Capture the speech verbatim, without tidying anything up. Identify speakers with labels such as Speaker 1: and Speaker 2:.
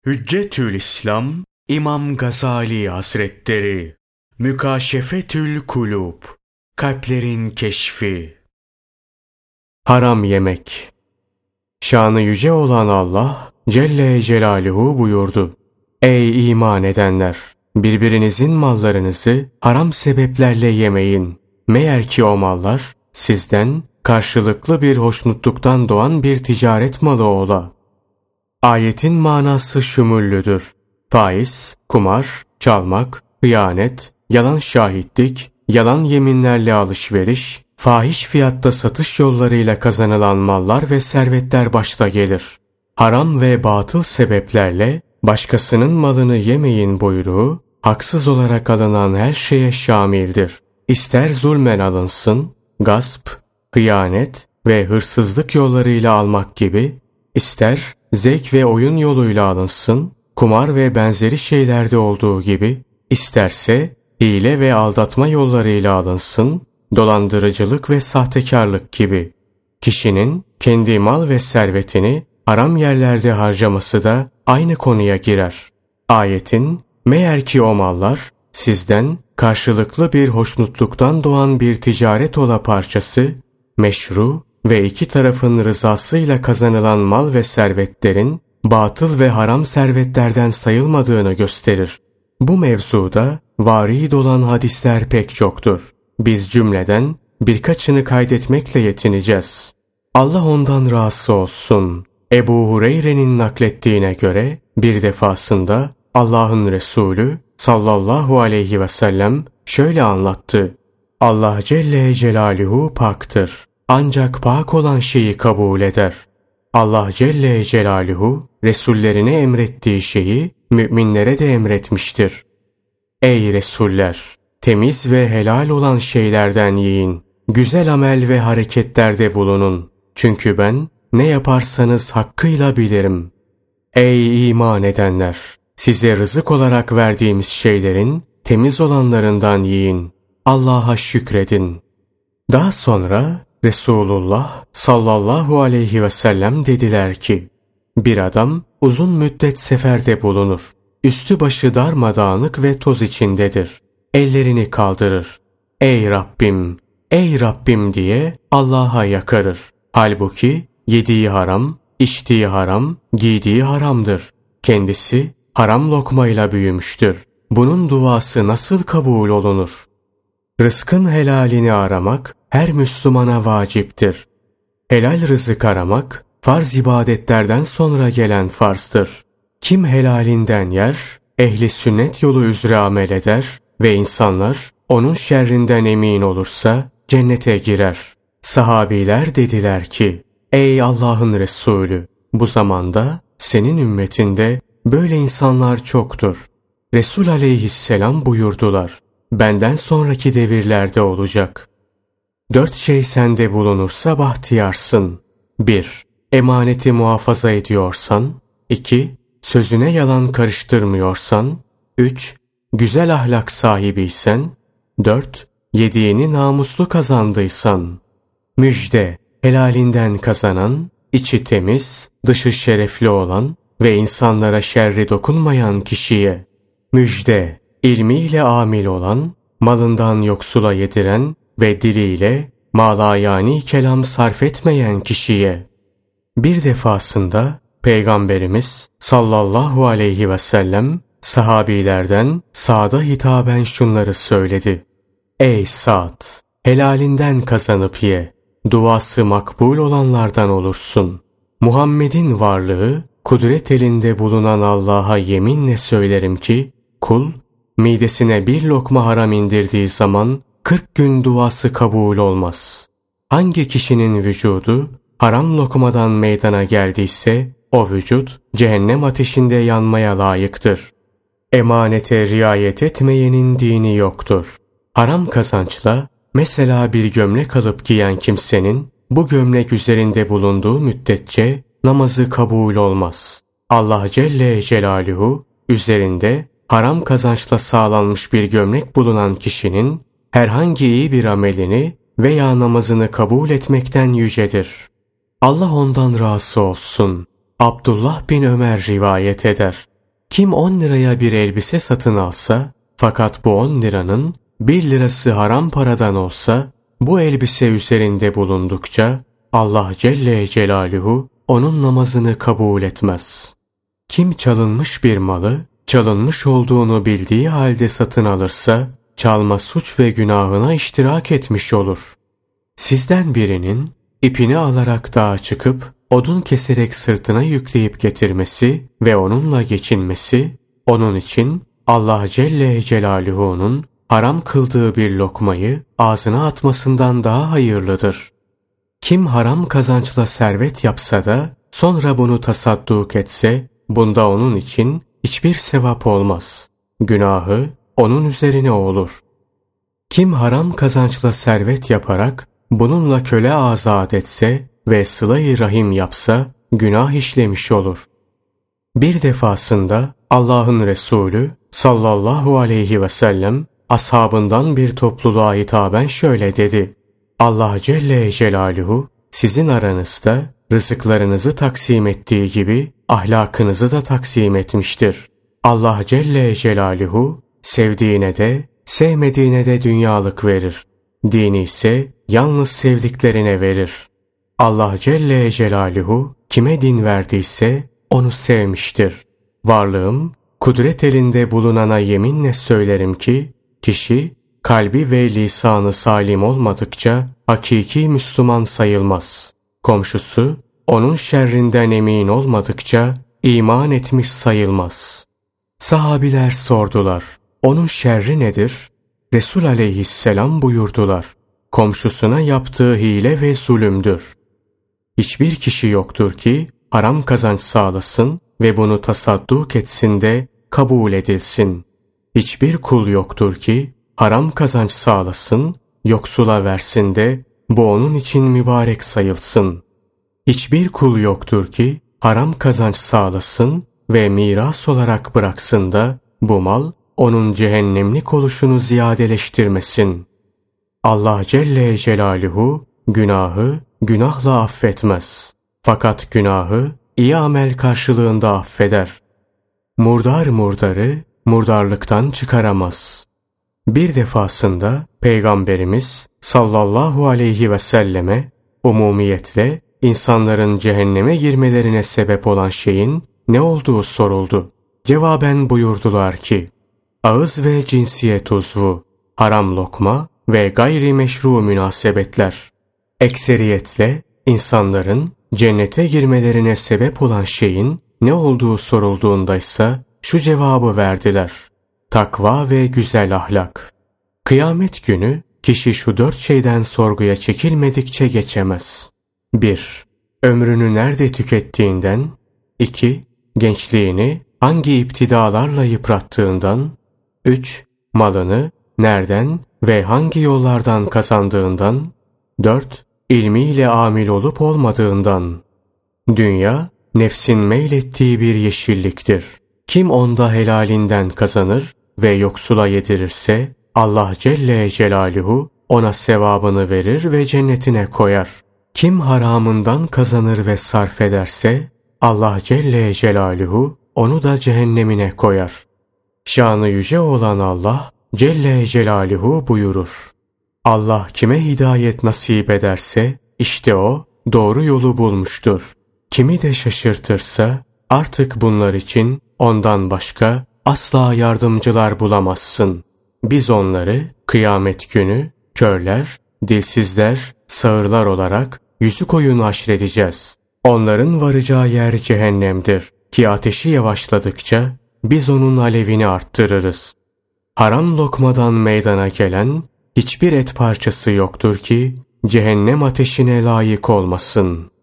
Speaker 1: Hüccetül İslam İmam Gazali Hazretleri. Mükaşefetül Kulub, kalplerin keşfi. Haram yemek. Şanı yüce olan Allah Celle Celaluhu buyurdu: Ey iman edenler! Birbirinizin mallarınızı haram sebeplerle yemeyin. Meğer ki o mallar sizden karşılıklı bir hoşnutluktan doğan bir ticaret malı ola. Ayetin manası şumullüdür. Faiz, kumar, çalmak, hıyanet, yalan şahitlik, yalan yeminlerle alışveriş, fahiş fiyatta satış yollarıyla kazanılan mallar ve servetler başta gelir. Haram ve batıl sebeplerle başkasının malını yemeyin buyruğu, haksız olarak alınan her şeye şamildir. İster zulmen alınsın, gasp, hıyanet ve hırsızlık yollarıyla almak gibi, ister zevk ve oyun yoluyla alınsın, kumar ve benzeri şeylerde olduğu gibi, isterse hile ve aldatma yollarıyla alınsın, dolandırıcılık ve sahtekarlık gibi. Kişinin kendi mal ve servetini haram yerlerde harcaması da aynı konuya girer. Ayetin, meğer ki o mallar sizden karşılıklı bir hoşnutluktan doğan bir ticaret ola parçası, meşru ve iki tarafın rızasıyla kazanılan mal ve servetlerin batıl ve haram servetlerden sayılmadığını gösterir. Bu mevzuda varid olan hadisler pek çoktur. Biz cümleden birkaçını kaydetmekle yetineceğiz. Allah ondan razı olsun. Ebu Hureyre'nin naklettiğine göre bir defasında Allah'ın Resulü sallallahu aleyhi ve sellem şöyle anlattı: Allah Celle Celaluhu paktır. Ancak pak olan şeyi kabul eder. Allah Celle Celaluhu Resullerine emrettiği şeyi müminlere de emretmiştir. Ey Resuller! Temiz ve helal olan şeylerden yiyin. Güzel amel ve hareketlerde bulunun. Çünkü ben ne yaparsanız hakkıyla bilirim. Ey iman edenler! Size rızık olarak verdiğimiz şeylerin temiz olanlarından yiyin. Allah'a şükredin. Daha sonra Resulullah sallallahu aleyhi ve sellem dediler ki, bir adam uzun müddet seferde bulunur. Üstü başı darmadağınık ve toz içindedir. Ellerini kaldırır. Ey Rabbim, ey Rabbim diye Allah'a yakarır. Halbuki yediği haram, içtiği haram, giydiği haramdır. Kendisi haram lokmayla büyümüştür. Bunun duası nasıl kabul olunur? Rızkın helalini aramak her Müslümana vaciptir. Helal rızık aramak farz ibadetlerden sonra gelen farzdır. Kim helalinden yer, ehli sünnet yolu üzere amel eder ve insanlar onun şerrinden emin olursa cennete girer. Sahabiler dediler ki, ey Allah'ın Resulü, bu zamanda senin ümmetinde böyle insanlar çoktur. Resul aleyhisselam buyurdular, benden sonraki devirlerde olacak. Dört şey sende bulunursa bahtiyarsın. bir Emaneti muhafaza ediyorsan. iki Sözüne yalan karıştırmıyorsan. üç Güzel ahlak sahibiysen. dört Yediğini namuslu kazandıysan. Müjde, helalinden kazanan, içi temiz, dışı şerefli olan ve insanlara şerri dokunmayan kişiye. Müjde, ilmiyle amil olan, malından yoksula yediren ve diliyle malayani kelam sarf etmeyen kişiye. Bir defasında Peygamberimiz sallallahu aleyhi ve sellem sahabilerden Sa'da hitaben şunları söyledi: Ey Sa'd! Helalinden kazanıp ye. Duası makbul olanlardan olursun. Muhammed'in varlığı kudret elinde bulunan Allah'a yeminle söylerim ki, kul midesine bir lokma haram indirdiği zaman kırk gün duası kabul olmaz. Hangi kişinin vücudu haram lokmadan meydana geldiyse o vücut cehennem ateşinde yanmaya layıktır. Emanete riayet etmeyenin dini yoktur. Haram kazançla mesela bir gömlek alıp giyen kimsenin bu gömlek üzerinde bulunduğu müddetçe namazı kabul olmaz. Allah Celle Celaluhu üzerinde haram kazançla sağlanmış bir gömlek bulunan kişinin herhangi iyi bir amelini veya namazını kabul etmekten yücedir. Allah ondan razı olsun. Abdullah bin Ömer rivayet eder. Kim on liraya bir elbise satın alsa, fakat bu on liranın bir lirası haram paradan olsa, bu elbise üzerinde bulundukça Allah Celle Celaluhu onun namazını kabul etmez. Kim çalınmış bir malı, çalınmış olduğunu bildiği halde satın alırsa, çalma suç ve günahına iştirak etmiş olur. Sizden birinin ipini alarak dağa çıkıp, odun keserek sırtına yükleyip getirmesi ve onunla geçinmesi, onun için Allah Celle Celaluhu'nun haram kıldığı bir lokmayı ağzına atmasından daha hayırlıdır. Kim haram kazançla servet yapsa da sonra bunu tasadduk etse, bunda onun için hiçbir sevap olmaz. Günahı onun üzerine olur. Kim haram kazançla servet yaparak bununla köle azat etse ve sıla-i rahim yapsa günah işlemiş olur. Bir defasında Allah'ın Resulü sallallahu aleyhi ve sellem ashabından bir topluluğa hitaben şöyle dedi: Allah Celle Celaluhu sizin aranızda rızıklarınızı taksim ettiği gibi ahlakınızı da taksim etmiştir. Allah Celle Celaluhu sevdiğine de sevmediğine de dünyalık verir. Dini ise yalnız sevdiklerine verir. Allah Celle Celaluhu kime din verdiyse onu sevmiştir. Varlığım, kudret elinde bulunana yeminle söylerim ki, kişi kalbi ve lisanı salim olmadıkça hakiki Müslüman sayılmaz. Komşusu onun şerrinden emin olmadıkça iman etmiş sayılmaz. Sahabiler sordular: onun şerri nedir? Resul aleyhisselam buyurdular: komşusuna yaptığı hile ve zulümdür. Hiçbir kişi yoktur ki haram kazanç sağlasın ve bunu tasadduk etsin de kabul edilsin. Hiçbir kul yoktur ki haram kazanç sağlasın, yoksula versin de bu onun için mübarek sayılsın. Hiçbir kul yoktur ki haram kazanç sağlasın ve miras olarak bıraksın da bu mal onun cehennemlik oluşunu ziyadeleştirmesin. Allah Celle Celaluhu günahı günahla affetmez. Fakat günahı iyi amel karşılığında affeder. Murdar murdarı murdarlıktan çıkaramaz. Bir defasında Peygamberimiz sallallahu aleyhi ve selleme umumiyetle insanların cehenneme girmelerine sebep olan şeyin ne olduğu soruldu. Cevaben buyurdular ki, ağız ve cinsiyet uzvu, haram lokma ve gayri meşru münasebetler. Ekseriyetle insanların cennete girmelerine sebep olan şeyin ne olduğu sorulduğundaysa şu cevabı verdiler: takva ve güzel ahlak. Kıyamet günü kişi şu dört şeyden sorguya çekilmedikçe geçemez. bir Ömrünü nerede tükettiğinden. iki Gençliğini hangi iptidalarla yıprattığından. üç Malını nereden ve hangi yollardan kazandığından. dört İlmiyle amil olup olmadığından. Dünya, nefsin meylettiği bir yeşilliktir. Kim onda helalinden kazanır ve yoksula yedirirse, Allah Celle Celaluhu ona sevabını verir ve cennetine koyar. Kim haramından kazanır ve sarf ederse, Allah Celle Celaluhu onu da cehennemine koyar. Şanı yüce olan Allah Celle Celaluhu buyurur: Allah kime hidayet nasip ederse, işte o doğru yolu bulmuştur. Kimi de şaşırtırsa, artık bunlar için ondan başka asla yardımcılar bulamazsın. Biz onları kıyamet günü körler, dilsizler, sağırlar olarak yüzü oyun haşredeceğiz. Onların varacağı yer cehennemdir ki ateşi yavaşladıkça biz onun alevini arttırırız. Haram lokmadan meydana gelen hiçbir et parçası yoktur ki cehennem ateşine layık olmasın.